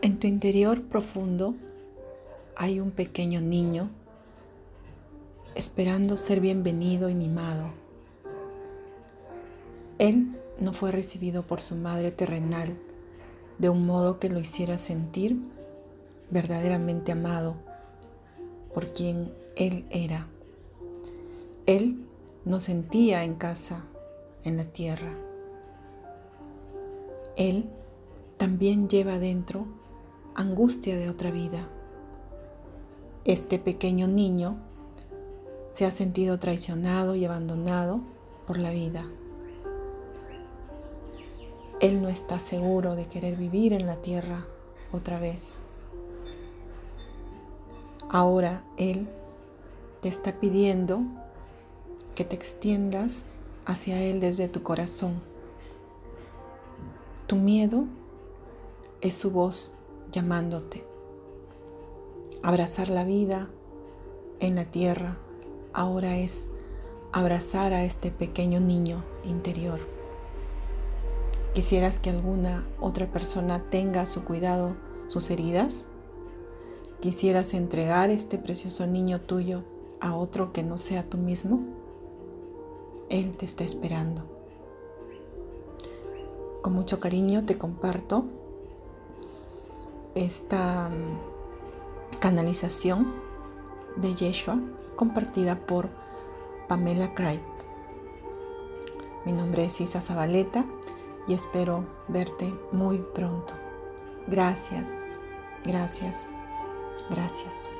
En tu interior profundo hay un pequeño niño esperando ser bienvenido y mimado. Él no fue recibido por su madre terrenal de un modo que lo hiciera sentir verdaderamente amado por quien él era. Él no sentía en casa en la tierra. Él también lleva dentro angustia de otra vida. Este pequeño niño se ha sentido traicionado y abandonado por la vida. Él no está seguro de querer vivir en la tierra otra vez. Ahora Él te está pidiendo que te extiendas hacia Él desde tu corazón. Tu miedo es su voz llamándote. Abrazar la vida en la tierra ahora es abrazar a este pequeño niño interior. ¿Quisieras que alguna otra persona tenga a su cuidado sus heridas? ¿Quisieras entregar este precioso niño tuyo a otro que no sea tú mismo? Él te está esperando. Con mucho cariño te comparto esta canalización de Yeshua compartida por Pamela Craig. Mi nombre es Isa Zabaleta y espero verte muy pronto. Gracias, gracias, gracias.